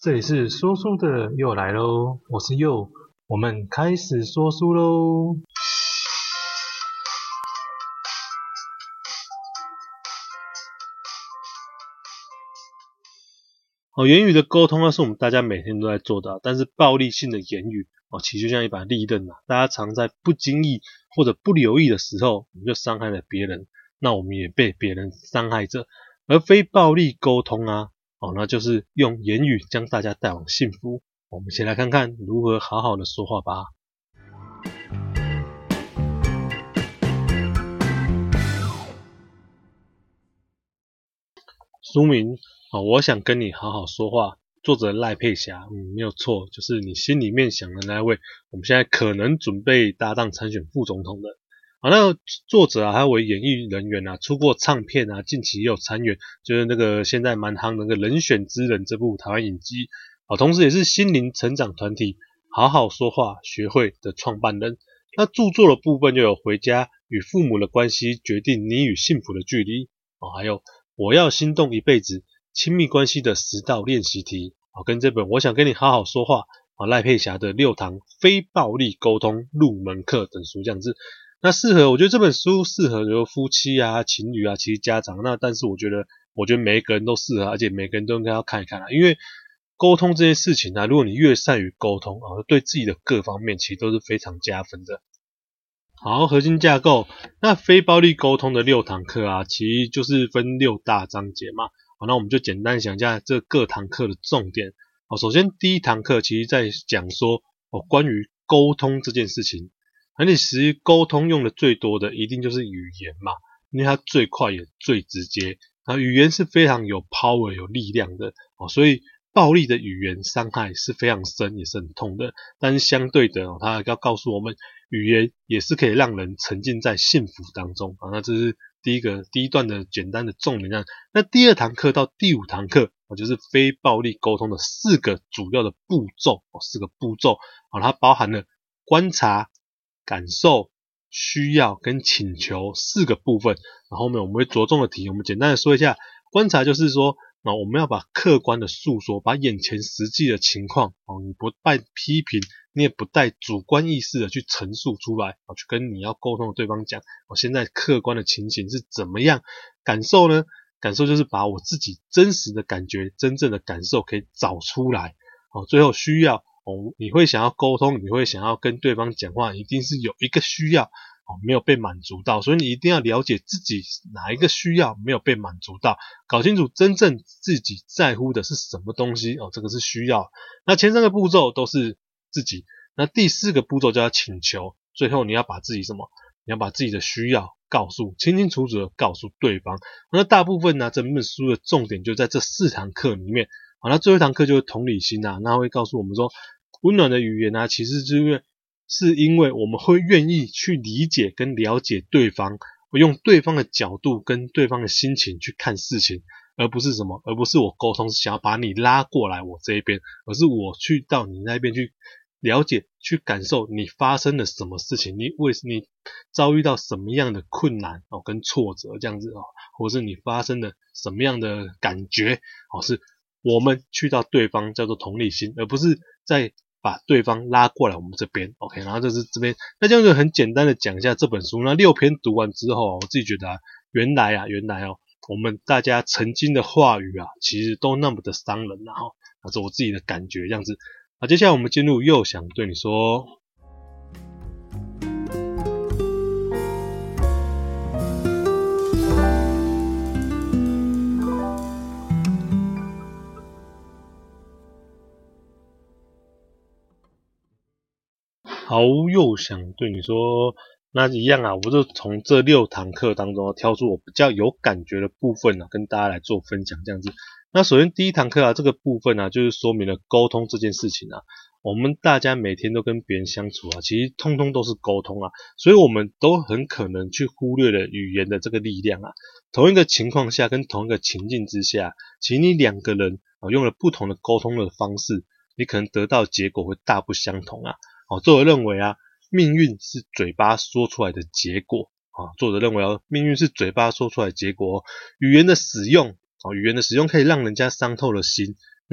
这里是说书的又来喽，我是佑，我们开始说书喽。言语的沟通是我们大家每天都在做的，但是暴力性的言语其实就像一把利刃大家常在不经意或者不留意的时候，我们就伤害了别人，那我们也被别人伤害着。而非暴力沟通那就是用言语将大家带往幸福。我们先来看看如何好好的说话吧。书名我想跟你好好说话，作者赖佩霞，没有错，就是你心里面想的那位，我们现在可能准备搭档参选副总统的。那作者还有为演艺人员出过唱片近期也有参演，就是那个现在蛮夯的那个人选之人这部台湾影集同时也是心灵成长团体好好说话学会的创办人。那著作的部分就有回家与父母的关系决定你与幸福的距离还有我要心动一辈子亲密关系的10道练习题跟这本我想跟你好好说话赖佩霞的6堂非暴力沟通入门课等书这样子。那我觉得这本书适合有夫妻情侣其实家长，但是我觉得每一个人都适合，而且每个人都应该要看一看因为沟通这件事情如果你越善于沟通对自己的各方面其实都是非常加分的。好，核心架构，那非暴力沟通的6堂课其实就是分6大章节嘛。那我们就简单想一下这各堂课的重点。首先第一堂课其实在讲说关于沟通这件事情。而你实际沟通用的最多的一定就是语言嘛，因为它最快也最直接。语言是非常有 power 有力量的所以暴力的语言伤害是非常深也是很痛的。但是相对的它要告诉我们语言也是可以让人沉浸在幸福当中那这是第一段的简单的重点。那第2堂课到第5堂课就是非暴力沟通的4个主要的步骤4个步骤它包含了观察、感受、需要跟请求4个部分。然后后面我们会着重的提，我们简单的说一下。观察就是说我们要把客观的诉说，把眼前实际的情况你不带批评，你也不带主观意识的去陈述出来去跟你要沟通的对方讲现在客观的情形是怎么样。感受呢，感受就是把我自己真实的感觉真正的感受可以找出来最后需要你会想要沟通，你会想要跟对方讲话，一定是有一个需要没有被满足到，所以你一定要了解自己哪一个需要没有被满足到，搞清楚真正自己在乎的是什么东西这个是需要。那前3个步骤都是自己，那第4个步骤叫请求，最后你要把自己你要把自己的需要清清楚楚的告诉对方。那大部分整本书的重点就在这4堂课里面那最后一堂课就是同理心那会告诉我们说温暖的语言其实是因为我们会愿意去理解跟了解对方，用对方的角度跟对方的心情去看事情，而不是我沟通是想要把你拉过来我这一边，而是我去到你那边去了解去感受你发生了什么事情，你遭遇到什么样的困难跟挫折这样子或是你发生了什么样的感觉是我们去到对方叫做同理心，而不是在把对方拉过来我们这边 OK。 然后这是这边，那这样就很简单的讲一下这本书。那6篇读完之后我自己觉得原来我们大家曾经的话语其实都那么的伤人这是我自己的感觉这样子接下来我们进入又想对你说。好，又想对你说，那一样我就从这6堂课当中挑出我比较有感觉的部分跟大家来做分享这样子。那首先第一堂课这个部分就是说明了沟通这件事情我们大家每天都跟别人相处其实通通都是沟通所以我们都很可能去忽略了语言的这个力量同一个情况下跟同一个情境之下，其实你2个人用了不同的沟通的方式，你可能得到的结果会大不相同作者认为命运是嘴巴说出来的结果作者认为命运是嘴巴说出来的结果语言的使用可以让人家伤透了心，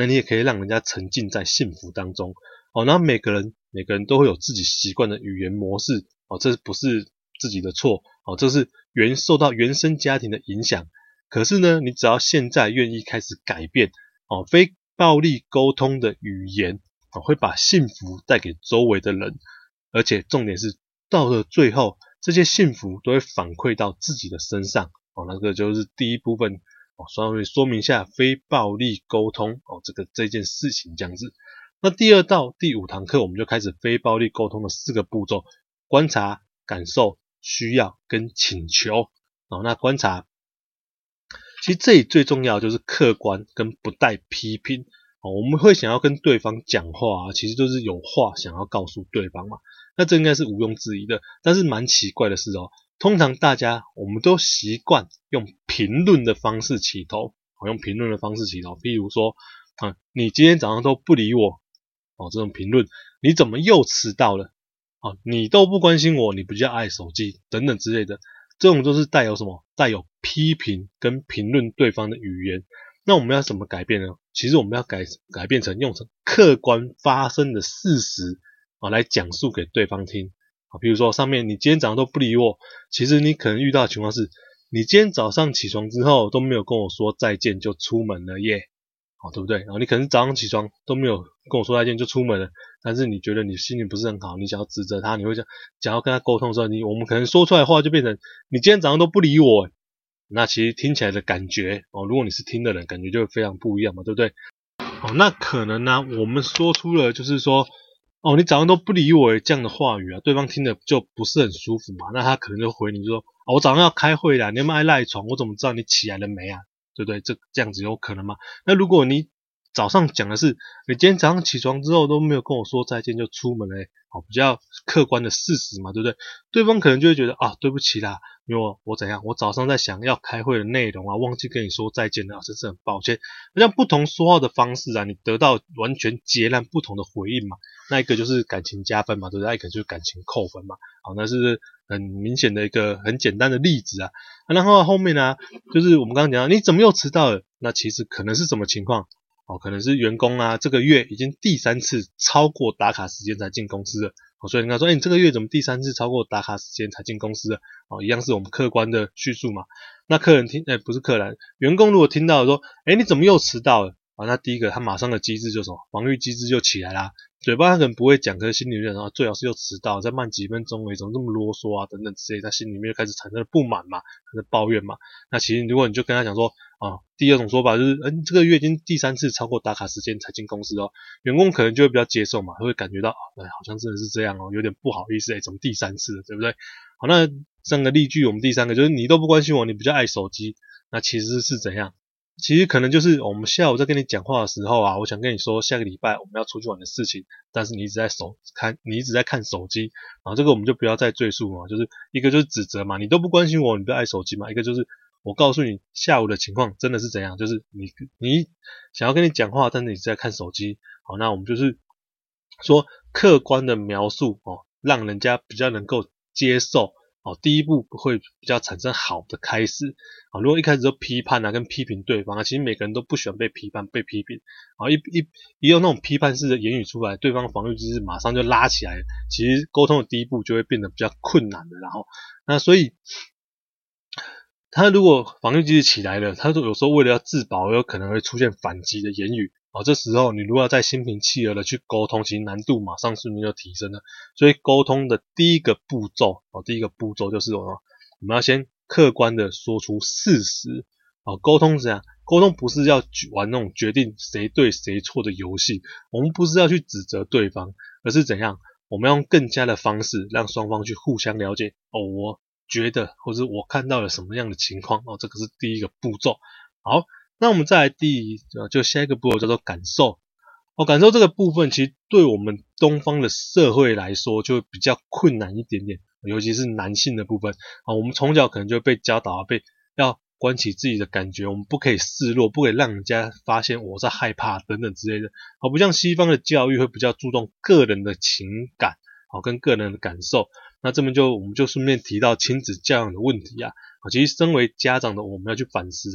那你也可以让人家沉浸在幸福当中。然后每个人都会有自己习惯的语言模式，这不是自己的错，这是受到原生家庭的影响。可是呢，你只要现在愿意开始改变，非暴力沟通的语言，会把幸福带给周围的人，而且重点是到了最后，这些幸福都会反馈到自己的身上。那个就是第一部分，稍微说明一下非暴力沟通这件事情这样子。那第2到第5堂课，我们就开始非暴力沟通的4个步骤：观察、感受、需要跟请求。那观察，其实这里最重要的就是客观跟不带批评。我们会想要跟对方讲话其实就是有话想要告诉对方嘛，那这应该是毋庸置疑的。但是蛮奇怪的是通常我们都习惯用评论的方式起头，譬如说你今天早上都不理我，这种评论，你怎么又迟到了？你都不关心我，你不叫爱手机等等之类的，这种都是带有批评跟评论对方的语言。那我们要怎么改变呢？其实我们要改变成用客观发生的事实来讲述给对方听。比如说上面你今天早上都不理我，其实你可能遇到的情况是，你今天早上起床之后都没有跟我说再见就出门了耶，对不对？然后你可能早上起床都没有跟我说再见就出门了，但是你觉得你心情不是很好，你想要指责他，你会想要跟他沟通的时候，我们可能说出来的话就变成你今天早上都不理我，那其实听起来的感觉如果你是听的人，感觉就会非常不一样嘛，对不对？那可能呢我们说出了就是说你早上都不理我这样的话语对方听的就不是很舒服嘛，那他可能就回你说我早上要开会啦，你有没有爱赖床？我怎么知道你起来了没啊？对不对？这样子有可能吗？那如果你早上讲的是你今天早上起床之后都没有跟我说再见就出门了比较客观的事实嘛，对不对？对方可能就会觉得对不起啦，因为我怎样，我早上在想要开会的内容忘记跟你说再见了，真是很抱歉。那像不同说话的方式你得到完全截然不同的回应嘛，那一个就是感情加分嘛，对不对？那一个就是感情扣分嘛。那是很明显的一个很简单的例子然后后面就是我们刚刚讲到你怎么又迟到了，那其实可能是什么情况？可能是员工这个月已经第3次超过打卡时间才进公司了，所以人家说你这个月怎么第3次超过打卡时间才进公司了？一样是我们客观的叙述嘛。那不是客人，员工如果听到说你怎么又迟到了？那第一个他马上的机制就防御机制就起来啦，嘴巴他可能不会讲，可是心里面最好是又迟到，再慢几分钟怎么这么啰嗦等等之类，他心里面就开始产生了不满嘛，开始抱怨嘛。那其实如果你就跟他讲说第二种说法就是这个月已经第3次超过打卡时间才进公司员工可能就会比较接受嘛，他会感觉到好像真的是这样有点不好意思怎么第3次了，对不对？好，那3个例句，我们第3个就是你都不关心我，你比较爱手机，那其实是怎样？其实可能就是我们下午在跟你讲话的时候我想跟你说下个礼拜我们要出去玩的事情，但是你一直在看手机，这个我们就不要再赘述嘛，就是一个就是指责嘛，你都不关心我，你不要爱手机嘛，一个就是我告诉你下午的情况真的是怎样，就是你想要跟你讲话，但是你在看手机。好，那我们就是说客观的描述让人家比较能够接受。第一步会比较产生好的开始。如果一开始就批判跟批评对方其实每个人都不喜欢被批判被批评。一用那种批判式的言语出来，对方防御机制马上就拉起来了，其实沟通的第一步就会变得比较困难的。那所以他如果防御机制起来了，他有时候为了要自保，有可能会出现反击的言语。这时候你如果要再心平气和的去沟通，其实难度马上瞬间就提升了。所以沟通的第一个步骤就是我们要先客观的说出事实。沟通是怎样？沟通不是要玩那种决定谁对谁错的游戏，我们不是要去指责对方，而是怎样？我们要用更加的方式让双方去互相了解。我觉得或者我看到了什么样的情况这个是第一个步骤。好，那我们再来就下一个步骤叫做感受。感受这个部分其实对我们东方的社会来说就比较困难一点点，尤其是男性的部分我们从小可能就被教导要关起自己的感觉，我们不可以示弱，不可以让人家发现我在害怕等等之类的。不像西方的教育会比较注重个人的情感跟个人的感受。那这边我们就顺便提到亲子教养的问题其实身为家长的我们要去反思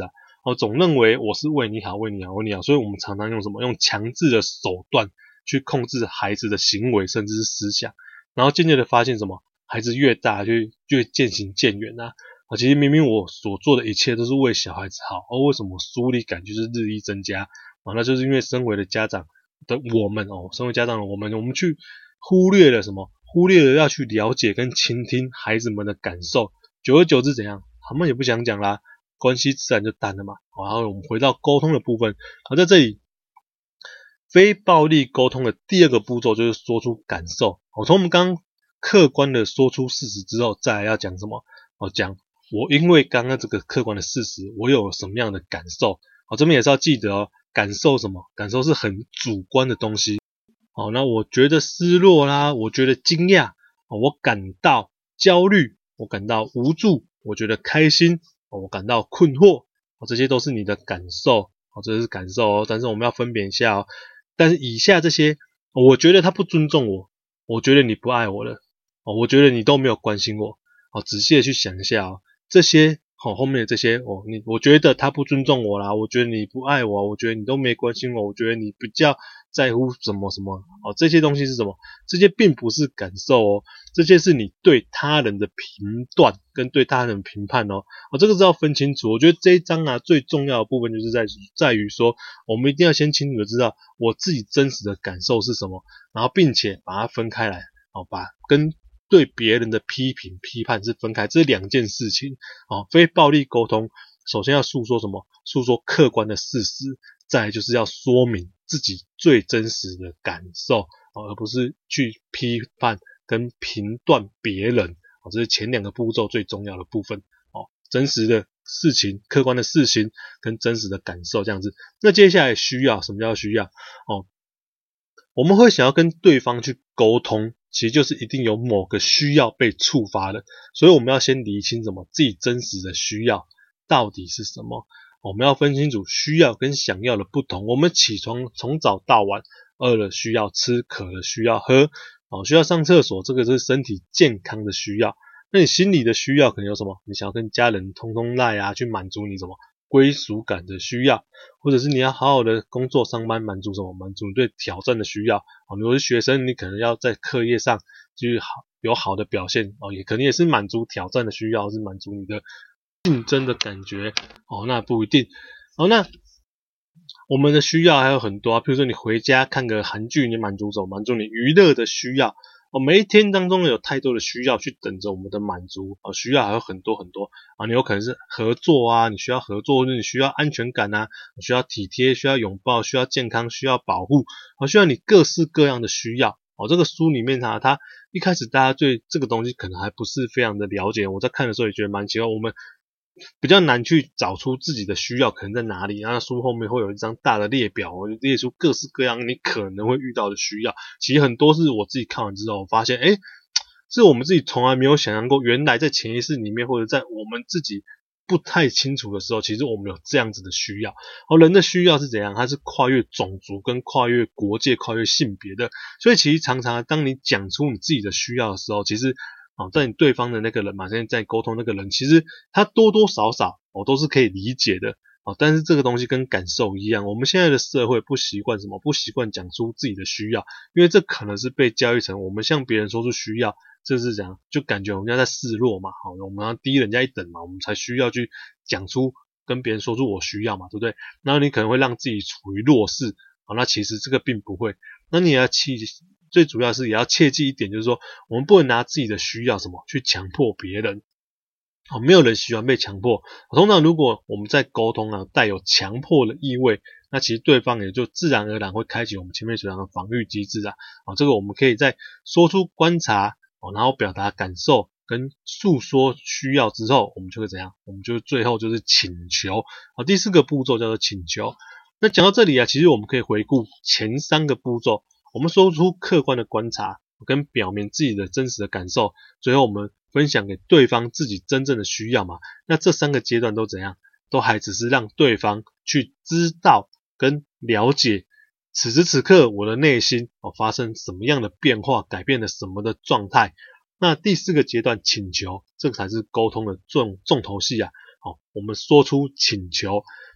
总认为我是为你好，为你好，为你好，所以我们常常用什么？用强制的手段去控制孩子的行为甚至是思想，然后渐渐的发现什么？孩子越大就越渐行渐远啊。其实明明我所做的一切都是为小孩子好，为什么疏离感就是日益增加？那就是因为身为的家长的我们身为家长的我们去忽略了什么？忽略了要去了解跟倾听孩子们的感受，久而久之怎样？他们也不想讲啦，关系自然就淡了嘛。然后我们回到沟通的部分，在这里非暴力沟通的第二个步骤就是说出感受。从我们刚刚客观的说出事实之后，再来要讲什么？讲我因为刚刚这个客观的事实，我有什么样的感受？这边也是要记得感受什么？感受是很主观的东西。那我觉得失落啦，我觉得惊讶，我感到焦虑，我感到无助，我觉得开心，我感到困惑，这些都是你的感受，这是感受但是我们要分辨一下但是以下这些，我觉得他不尊重我，我觉得你不爱我了，我觉得你都没有关心我，仔细的去想一下这些后面的这些我觉得他不尊重我啦，我觉得你不爱我，我觉得你都没关心我，我觉得你比较在乎什么什么这些东西是什么？这些并不是感受这些是你对他人的评断跟对他人的评判这个是要分清楚。我觉得这一章最重要的部分就是在于说，我们一定要先清楚的知道我自己真实的感受是什么，然后并且把它分开来把跟对别人的批评批判是分开，这两件事情非暴力沟通首先要诉说什么？诉说客观的事实，再来就是要说明自己最真实的感受而不是去批判跟评断别人这是前两个步骤最重要的部分真实的事情，客观的事情跟真实的感受这样子。那接下来需要什么叫需要我们会想要跟对方去沟通，其实就是一定有某个需要被触发了，所以我们要先厘清什么自己真实的需要到底是什么。我们要分清楚需要跟想要的不同。我们起床从早到晚，饿了需要吃，渴了需要喝，需要上厕所，这个是身体健康的需要。那你心理的需要可能有什么？你想要跟家人通通赖去满足你什么归属感的需要，或者是你要好好的工作上班，满足什么？满足你对挑战的需要如果是学生，你可能要在课业上去有好的表现也可能也是满足挑战的需要，是满足你的竞争的感觉那不一定那我们的需要还有很多比如说你回家看个韩剧，你满足什么？满足你娱乐的需要每一天当中有太多的需要去等着我们的满足需要还有很多很多你有可能是合作你需要合作，或者你需要安全感需要体贴，需要拥抱，需要健康，需要保护需要你各式各样的需要这个书里面它一开始大家对这个东西可能还不是非常的了解，我在看的时候也觉得蛮奇怪，我们比较难去找出自己的需要可能在哪里，然后书后面会有一张大的列表列出各式各样你可能会遇到的需要，其实很多是我自己看完之后我发现是我们自己从来没有想象过，原来在潜意识里面或者在我们自己不太清楚的时候，其实我们有这样子的需要人的需要是怎样？它是跨越种族跟跨越国界跨越性别的，所以其实常常当你讲出你自己的需要的时候，其实在你对方的那个人现在在沟通那个人，其实他多多少少都是可以理解的但是这个东西跟感受一样，我们现在的社会不习惯什么？不习惯讲出自己的需要，因为这可能是被教育成我们向别人说出需要，这是怎样？就感觉我们要在示弱嘛我们要低人家一等嘛，我们才需要去讲出跟别人说出我需要嘛，对不对？然后你可能会让自己处于弱势那其实这个并不会。那你也要最主要是也要切记一点，就是说我们不能拿自己的需要什么去强迫别人没有人喜欢被强迫通常如果我们在沟通带有强迫的意味，那其实对方也就自然而然会开启我们前面所讲的防御机制这个我们可以在说出观察然后表达感受跟诉说需要之后，我们就会怎样？我们就最后就是请求第四个步骤叫做请求。那讲到这里其实我们可以回顾前三个步骤，我们说出客观的观察跟表明自己的真实的感受，最后我们分享给对方自己真正的需要嘛。那这三个阶段都怎样？都还只是让对方去知道跟了解此时此刻我的内心发生什么样的变化，改变了什么的状态。那第四个阶段请求，这个才是沟通的重头戏我们说出请求，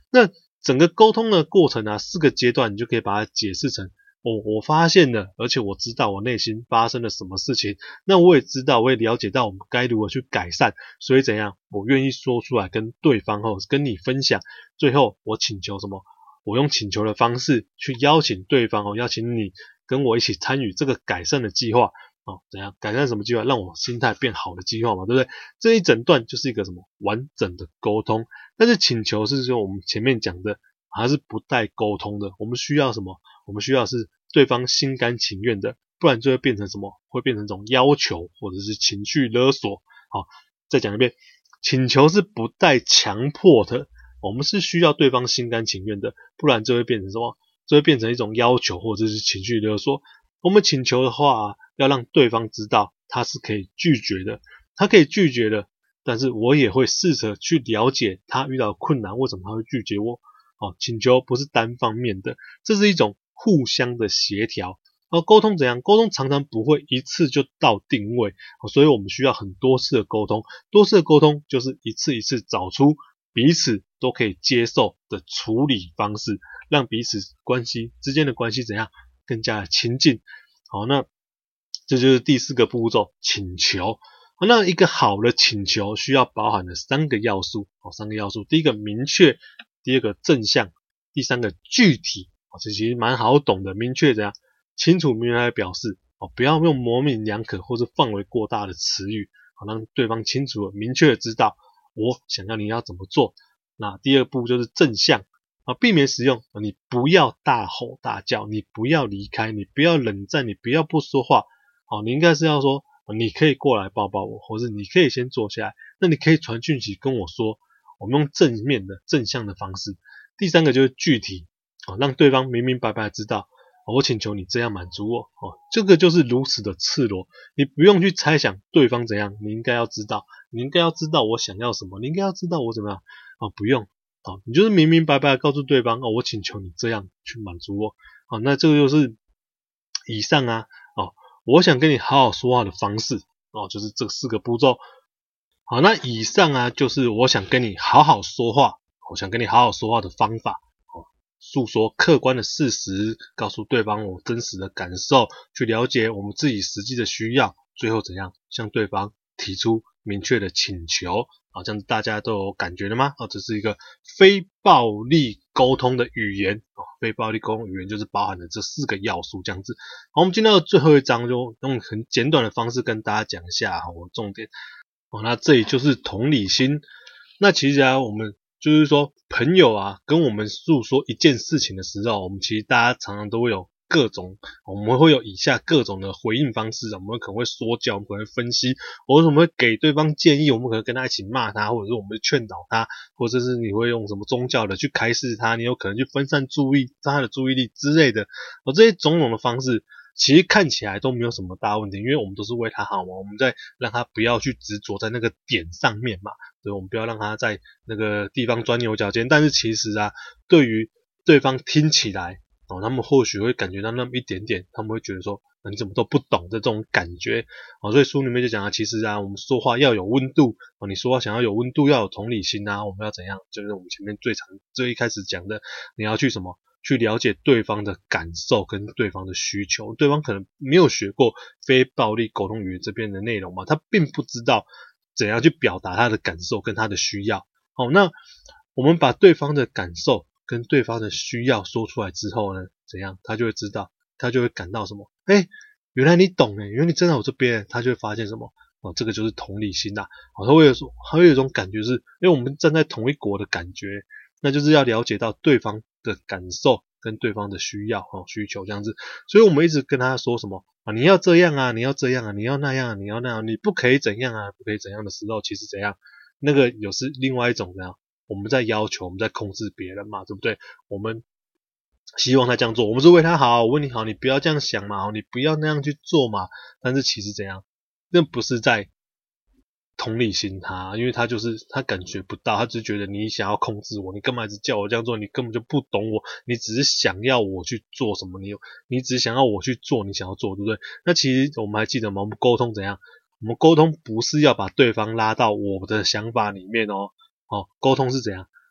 那整个沟通的过程啊，4个阶段你就可以把它解释成我发现了，而且我知道我内心发生了什么事情，那我也知道，我也了解到我们该如何去改善，所以怎样，我愿意说出来跟对方跟你分享，最后我请求什么？我用请求的方式去邀请对方邀请你跟我一起参与这个改善的计划怎样改善什么计划？让我心态变好的计划嘛，对不对？这一整段就是一个什么完整的沟通，但是请求是说我们前面讲的，它是不带沟通的，我们需要什么？我们需要是对方心甘情愿的，不然就会变成什么？会变成一种要求或者是情绪勒索。好，再讲一遍，请求是不带强迫的，我们是需要对方心甘情愿的，不然就会变成什么？就会变成一种要求或者是情绪勒索。我们请求的话要让对方知道他是可以拒绝的，他可以拒绝的，但是我也会试着去了解他遇到困难，为什么他会拒绝我。请求不是单方面的，这是一种互相的协调。沟通怎样？沟通常常不会一次就到定位，所以我们需要很多次的沟通。多次的沟通就是一次一次找出彼此都可以接受的处理方式，让彼此之间的关系怎样更加的亲近。好，那这就是第4个步骤，请求。那一个好的请求需要包含的3个要素。第一个明确，第2个正向，第3个具体。这其实蛮好懂的，明确怎样？清楚明白的表示，不要用模棱两可或是范围过大的词语，让对方清楚的明确的知道我想要你要怎么做。那第2步就是正向，避免使用你不要大吼大叫，你不要离开，你不要冷战，你不要不说话。你应该是要说你可以过来抱抱我，或是你可以先坐下来，那你可以传讯息跟我说，我们用正面的正向的方式。第3个就是具体，让对方明明白白知道我请求你这样满足我。这个就是如此的赤裸，你不用去猜想对方怎样，你应该要知道我想要什么，你应该要知道我怎么样不用你就是明明白白的告诉对方我请求你这样去满足我。那这个就是以上我想跟你好好说话的方式就是这4个步骤。好，那以上就是我想跟你好好说话的方法。诉说客观的事实，告诉对方我真实的感受，去了解我们自己实际的需要，最后怎样向对方提出明确的请求。这样子大家都有感觉了吗？这是一个非暴力沟通的语言。非暴力沟通语言就是包含了这4个要素这样子。好，我们进到最后一章，就用很简短的方式跟大家讲一下我的重点。那这里就是同理心。那其实我们就是说朋友跟我们诉说一件事情的时候，我们其实大家常常都会有各种，我们会有以下各种的回应方式。我们可能会说教，我们可能会分析，或者我们会给对方建议，我们可能跟他一起骂他，或者是我们会劝导他，或者是你会用什么宗教的去开示他，你有可能去分散他的注意力之类的。这些种种的方式其实看起来都没有什么大问题，因为我们都是为他好嘛，我们在让他不要去执着在那个点上面嘛，所以我们不要让他在那个地方钻牛角尖。但是其实对于对方听起来他们或许会感觉到那么一点点，他们会觉得说你怎么都不懂的这种感觉。所以书里面就讲其实我们说话要有温度，你说话想要有温度，要有同理心我们要怎样，就是我们前面最一开始讲的，你要去什么，去了解对方的感受跟对方的需求。对方可能没有学过非暴力沟通语言这边的内容嘛，他并不知道怎样去表达他的感受跟他的需要。那我们把对方的感受跟对方的需要说出来之后呢，怎样他就会知道，他就会感到什么，原来你懂原来你站在我这边，他就会发现什么这个就是同理心他会有一种感觉是因为我们站在同一国的感觉，那就是要了解到对方的感受跟对方的需要需求这样子。所以我们一直跟他说什么你要这样你要这样你要那样你要那样，你不可以怎样不可以怎样的时候，其实怎样那个有是另外一种怎样我们在要求，我们在控制别人嘛，对不对？我们希望他这样做，我们是为他好，我问你好，你不要这样想嘛，你不要那样去做嘛。但是其实怎样，那不是在同理心他，因为他感觉不到，他只是觉得你想要控制我，你干嘛一直叫我这样做，你根本就不懂我，你只是想要我去做什么，你只是想要我去做你想要做，对不对？那其实我们还记得吗？我们沟通怎样？我们沟通不是要把对方拉到我的想法里面沟通是怎样？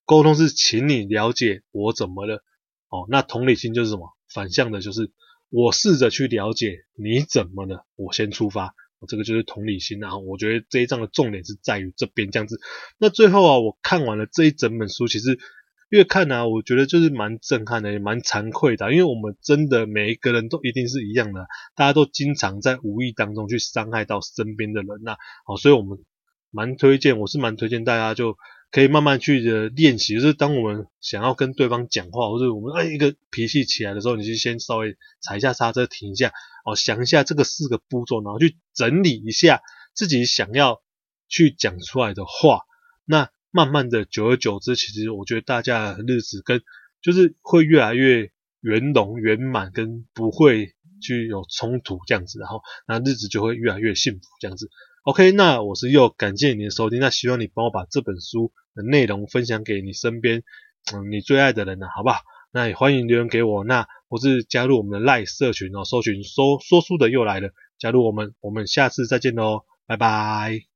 沟通是请你了解我怎么了。那同理心就是什么？反向的就是我试着去了解你怎么了，我先出发。这个就是同理心。然后我觉得这一章的重点是在于这边这样子。那最后啊，我看完了这一整本书，其实越看啊，我觉得就是蛮震撼的，也蛮惭愧的，因为我们真的每一个人都一定是一样的，大家都经常在无意当中去伤害到身边的人所以我们我是蛮推荐大家就可以慢慢去练习，就是当我们想要跟对方讲话，或者我们一个脾气起来的时候，你就先稍微踩一下刹车，停一下，想一下这个4个步骤，然后去整理一下自己想要去讲出来的话。那慢慢的，久而久之，其实我觉得大家的日子就是会越来越圆融圆满，跟不会去有冲突这样子，然后那日子就会越来越幸福这样子。OK， 那我是佑，感谢你的收听，那希望你帮我把这本书的内容分享给你身边你最爱的人好不好？那也欢迎留言给我，那或是加入我们的 LINE 社群搜寻说书的又来了，加入我们下次再见咯，拜拜。